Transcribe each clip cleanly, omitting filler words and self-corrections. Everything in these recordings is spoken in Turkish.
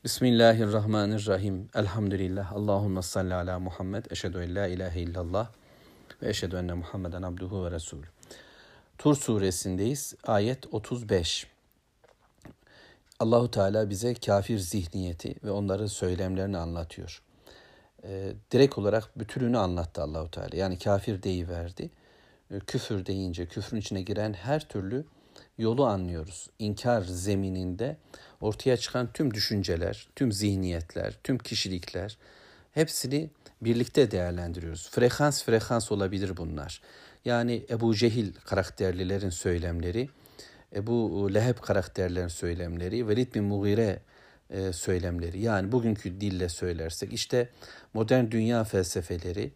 Bismillahirrahmanirrahim. Elhamdülillah. Allahümme salli ala Muhammed. Eşhedü en la ilahe illallah ve eşhedü enne Muhammeden abduhu ve resulü. Tur suresindeyiz. Ayet 35. Allahu Teala bize kafir zihniyeti ve onların söylemlerini anlatıyor. Direkt olarak bütününü anlattı Allahu Teala. Yani kafir deyiverdi. Küfür deyince küfrün içine giren her türlü yolu anlıyoruz. İnkar zemininde ortaya çıkan tüm düşünceler, tüm zihniyetler, tüm kişilikler hepsini birlikte değerlendiriyoruz. Frekans olabilir bunlar. Yani Ebu Cehil karakterlilerin söylemleri, Ebu Leheb karakterlerin söylemleri, Velid bin Mughire söylemleri. Yani bugünkü dille söylersek işte modern dünya felsefeleri,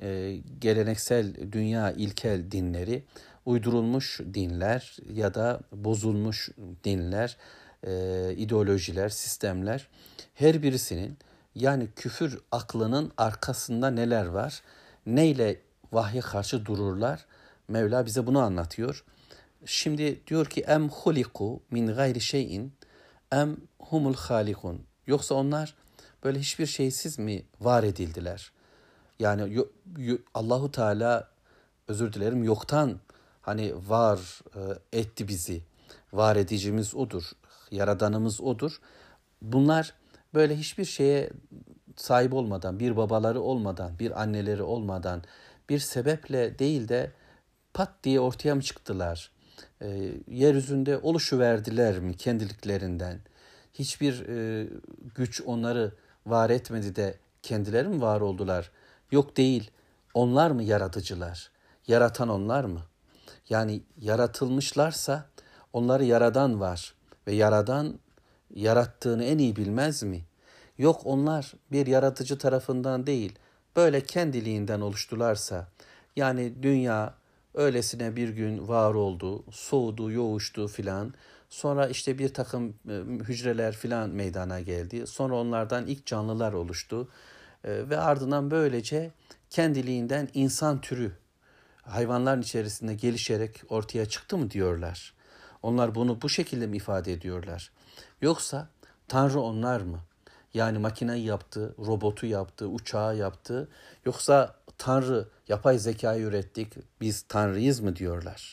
geleneksel dünya ilkel dinleri, uydurulmuş dinler ya da bozulmuş dinler, ideolojiler, sistemler, her birisinin yani küfür aklının arkasında neler var, neyle vahye karşı dururlar, Mevla bize bunu anlatıyor. Şimdi diyor ki em huliku min gayri şeyin em humul halikun. Yoksa onlar böyle hiçbir şeysiz mi var edildiler? Yani Allahu Teala, özür dilerim, yoktan hani var etti bizi. Var edicimiz odur. Yaradanımız odur. Bunlar böyle hiçbir şeye sahip olmadan, bir babaları olmadan, bir anneleri olmadan, bir sebeple değil de pat diye ortaya mı çıktılar? Yeryüzünde oluşuverdiler mi kendiliklerinden? Hiçbir güç onları var etmedi de kendileri mi var oldular? Yok değil. Onlar mı yaratıcılar? Yaratan onlar mı? Yani yaratılmışlarsa onları yaradan var ve yaradan yarattığını en iyi bilmez mi? Yok, onlar bir yaratıcı tarafından değil, böyle kendiliğinden oluştularsa, yani dünya öylesine bir gün var oldu, soğudu, yoğuştu filan, sonra işte bir takım hücreler filan meydana geldi, sonra onlardan ilk canlılar oluştu ve ardından böylece kendiliğinden insan türü hayvanların içerisinde gelişerek ortaya çıktı mı diyorlar. Onlar bunu bu şekilde mi ifade ediyorlar? Yoksa Tanrı onlar mı? Yani makineyi yaptı, robotu yaptı, uçağı yaptı. Yoksa Tanrı, yapay zekayı ürettik, biz Tanrıyız mı diyorlar.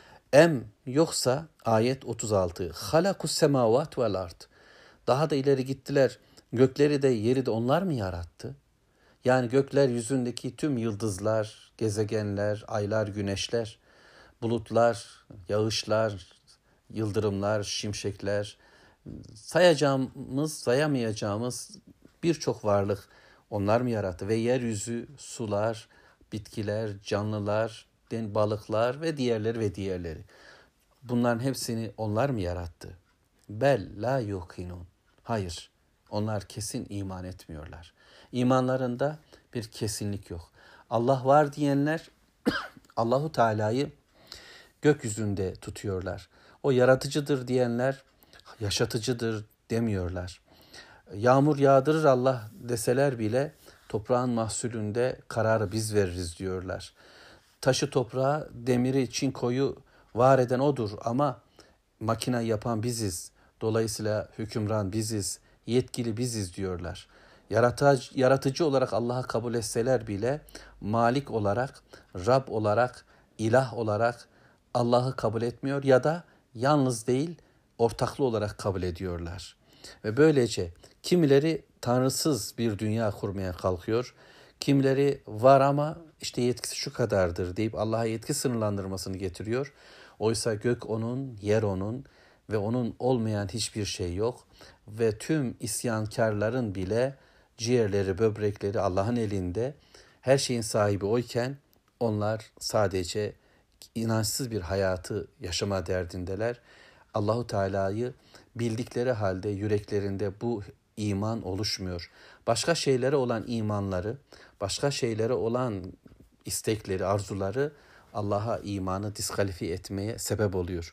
Yoksa ayet 36. Halakus semavat vel ard. Daha da ileri gittiler. Gökleri de yeri de onlar mı yarattı? Yani gökler yüzündeki tüm yıldızlar, gezegenler, aylar, güneşler, bulutlar, yağışlar, yıldırımlar, şimşekler, sayacağımız, sayamayacağımız birçok varlık onlar mı yarattı? Ve yeryüzü, sular, bitkiler, canlılar, balıklar ve diğerleri. Bunların hepsini onlar mı yarattı? Bel la yuqinun. Hayır, onlar kesin iman etmiyorlar. İmanlarında bir kesinlik yok. Allah var diyenler Allahu Teala'yı gökyüzünde tutuyorlar. O yaratıcıdır diyenler yaşatıcıdır demiyorlar. Yağmur yağdırır Allah deseler bile toprağın mahsulünde kararı biz veririz diyorlar. Taşı toprağı, demiri, çinkoyu var eden odur ama makine yapan biziz. Dolayısıyla hükümran biziz, yetkili biziz diyorlar. Yaratıcı olarak Allah'ı kabul etseler bile Malik olarak, Rab olarak, ilah olarak Allah'ı kabul etmiyor ya da yalnız değil ortaklı olarak kabul ediyorlar. Ve böylece kimileri tanrısız bir dünya kurmaya kalkıyor. Kimileri var ama işte yetkisi şu kadardır deyip Allah'a yetki sınırlandırmasını getiriyor. Oysa gök onun, yer onun ve onun olmayan hiçbir şey yok. Ve tüm isyankarların bile ciğerleri, böbrekleri Allah'ın elinde. Her şeyin sahibi oyken onlar sadece inançsız bir hayatı yaşama derdindeler. Allahu Teala'yı bildikleri halde yüreklerinde bu iman oluşmuyor. Başka şeylere olan imanları, başka şeylere olan istekleri, arzuları Allah'a imanı diskalifiye etmeye sebep oluyor.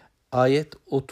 Ayet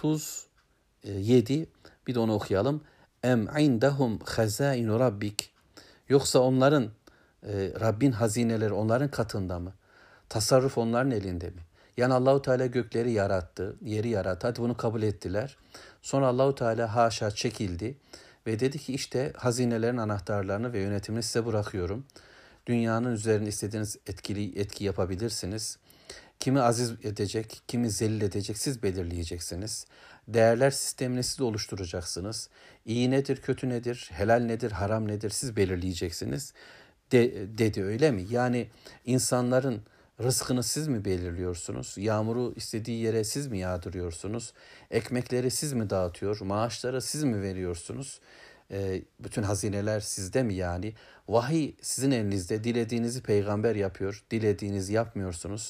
37, bir de onu okuyalım. Em indahum hazainu rabbik. Yoksa onların Rabbin hazineleri onların katında mı? Tasarruf onların elinde mi? Yani Allahu Teala gökleri yarattı, yeri yarattı. Hadi bunu kabul ettiler. Sonra Allahu Teala haşa çekildi Ve dedi ki işte hazinelerin anahtarlarını ve yönetimini size bırakıyorum. Dünyanın üzerine istediğiniz etki yapabilirsiniz. Kimi aziz edecek, kimi zelil edecek siz belirleyeceksiniz. Değerler sistemini siz oluşturacaksınız. İyi nedir, kötü nedir, helal nedir, haram nedir siz belirleyeceksiniz dedi öyle mi? Yani insanların rızkını siz mi belirliyorsunuz? Yağmuru istediği yere siz mi yağdırıyorsunuz? Ekmekleri siz mi dağıtıyor? Maaşları siz mi veriyorsunuz? Bütün hazineler sizde mi yani? Vahiy sizin elinizde. Dilediğinizi peygamber yapıyor. Dilediğinizi yapmıyorsunuz.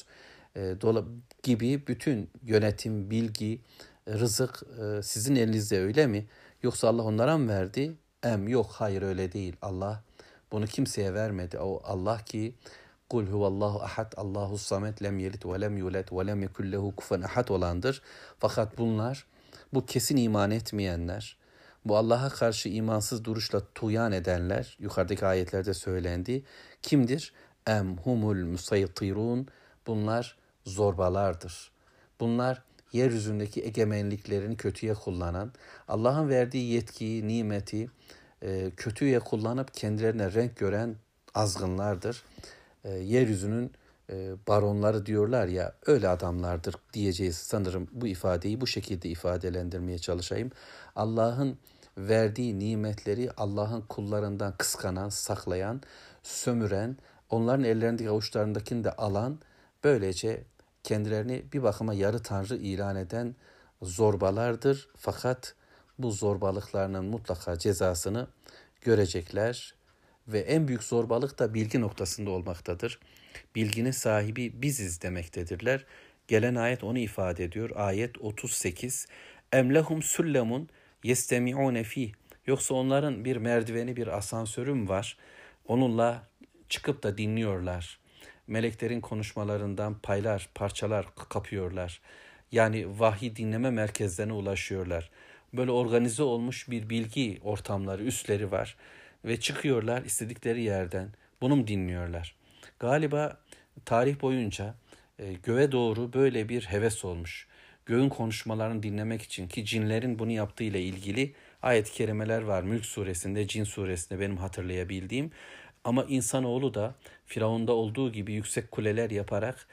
Gibi bütün yönetim, bilgi, rızık sizin elinizde öyle mi? Yoksa Allah onlara mı verdi? Yok, hayır öyle değil. Allah bunu kimseye vermedi. O Allah ki Kul huvallahu ahad, Allahu samet, lem yelit ve lem yulet ve lem yekun lehu kufuven ahad olandır. Fakat bunlar, bu kesin iman etmeyenler, bu Allah'a karşı imansız duruşla tuyan edenler, yukarıdaki ayetlerde söylendi. Kimdir? Humul musaytirun. Bunlar zorbalardır. Bunlar yeryüzündeki egemenliklerini kötüye kullanan, Allah'ın verdiği yetkiyi, nimeti kötüye kullanıp kendilerine renk gören azgınlardır. Yeryüzünün baronları diyorlar ya, öyle adamlardır diyeceğiz sanırım. Bu ifadeyi bu şekilde ifadelendirmeye çalışayım. Allah'ın verdiği nimetleri Allah'ın kullarından kıskanan, saklayan, sömüren, onların ellerindeki avuçlarındakini de alan, böylece kendilerini bir bakıma yarı tanrı ilan eden zorbalardır. Fakat bu zorbalıklarının mutlaka cezasını görecekler ve en büyük zorbalık da bilgi noktasında olmaktadır. Bilginin sahibi biziz demektedirler. Gelen ayet onu ifade ediyor. Ayet 38. Emlehum süllemun yestemi'une fih. Yoksa onların bir merdiveni, bir asansörü mü var? Onunla çıkıp da dinliyorlar. Meleklerin konuşmalarından paylar, parçalar kapıyorlar. Yani vahiy dinleme merkezlerine ulaşıyorlar. Böyle organize olmuş bir bilgi ortamları, üsleri var. Ve çıkıyorlar istedikleri yerden. Bunu mu dinliyorlar? Galiba tarih boyunca göğe doğru böyle bir heves olmuş. Göğün konuşmalarını dinlemek için, ki cinlerin bunu yaptığı ile ilgili ayet-i kerimeler var. Mülk suresinde, Cin suresinde benim hatırlayabildiğim. Ama insanoğlu da Firavun'da olduğu gibi yüksek kuleler yaparak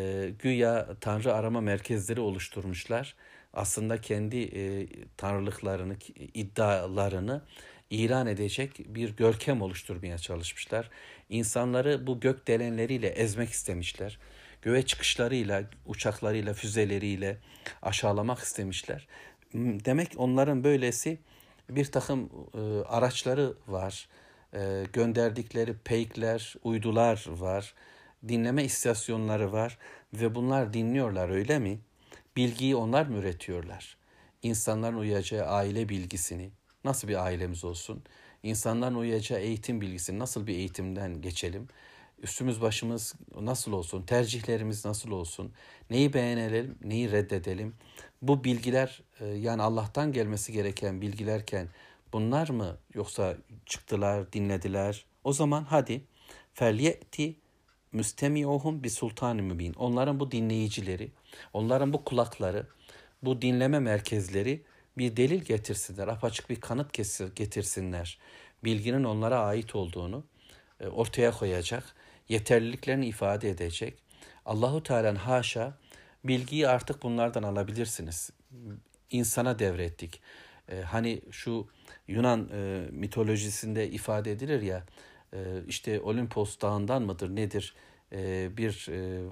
güya tanrı arama merkezleri oluşturmuşlar. Aslında kendi tanrılıklarını, iddialarını ilan edecek bir görkem oluşturmaya çalışmışlar. İnsanları bu gökdelenleriyle ezmek istemişler. Göğe çıkışlarıyla, uçaklarıyla, füzeleriyle aşağılamak istemişler. Demek onların böylesi bir takım araçları var. Gönderdikleri peykler, uydular var. Dinleme istasyonları var ve bunlar dinliyorlar öyle mi? Bilgiyi onlar mı üretiyorlar? İnsanların uyacağı aile bilgisini, nasıl bir ailemiz olsun? İnsanların uyacağı eğitim bilgisini, nasıl bir eğitimden geçelim? Üstümüz başımız nasıl olsun? Tercihlerimiz nasıl olsun? Neyi beğenelim, neyi reddedelim? Bu bilgiler yani Allah'tan gelmesi gereken bilgilerken bunlar mı, yoksa çıktılar, dinlediler? O zaman hadi felyeti müstemi'uhum bi sultan-ı mübin. Onların bu dinleyicileri, onların bu kulakları, bu dinleme merkezleri bir delil getirsinler, apaçık bir kanıt getirsinler. Bilginin onlara ait olduğunu ortaya koyacak, yeterliliklerini ifade edecek. Allahu Teala'nın haşa, bilgiyi artık bunlardan alabilirsiniz. İnsana devrettik. Hani şu Yunan mitolojisinde ifade edilir ya, işte Olimpos dağından mıdır nedir bir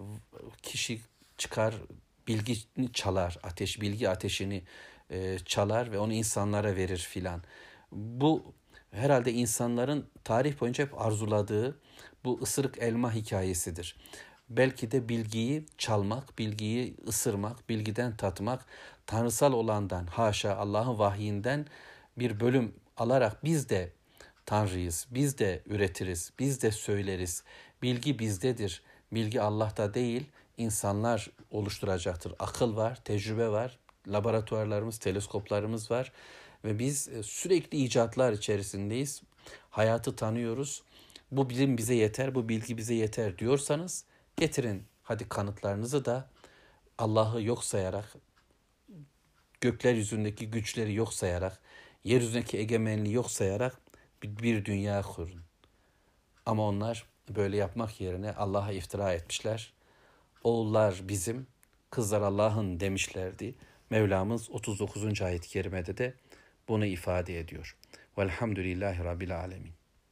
kişi çıkar, bilgini çalar, bilgi ateşini çalar ve onu insanlara verir filan. Bu herhalde insanların tarih boyunca hep arzuladığı bu ısırık elma hikayesidir. Belki de bilgiyi çalmak, bilgiyi ısırmak, bilgiden tatmak, tanrısal olandan, haşa Allah'ın vahyinden bir bölüm alarak biz de Tanrıyız, biz de üretiriz, biz de söyleriz. Bilgi bizdedir, bilgi Allah'ta değil, insanlar oluşturacaktır. Akıl var, tecrübe var, laboratuvarlarımız, teleskoplarımız var ve biz sürekli icatlar içerisindeyiz. Hayatı tanıyoruz. Bu bilim bize yeter, bu bilgi bize yeter diyorsanız getirin hadi kanıtlarınızı da, Allah'ı yok sayarak, gökler yüzündeki güçleri yok sayarak, yeryüzündeki egemenliği yok sayarak bir dünya kurun. Ama onlar böyle yapmak yerine Allah'a iftira etmişler. Oğullar bizim, kızlar Allah'ın demişlerdi. Mevlamız 39. ayet-i kerimede de bunu ifade ediyor. Velhamdülillahi Rabbil alemin.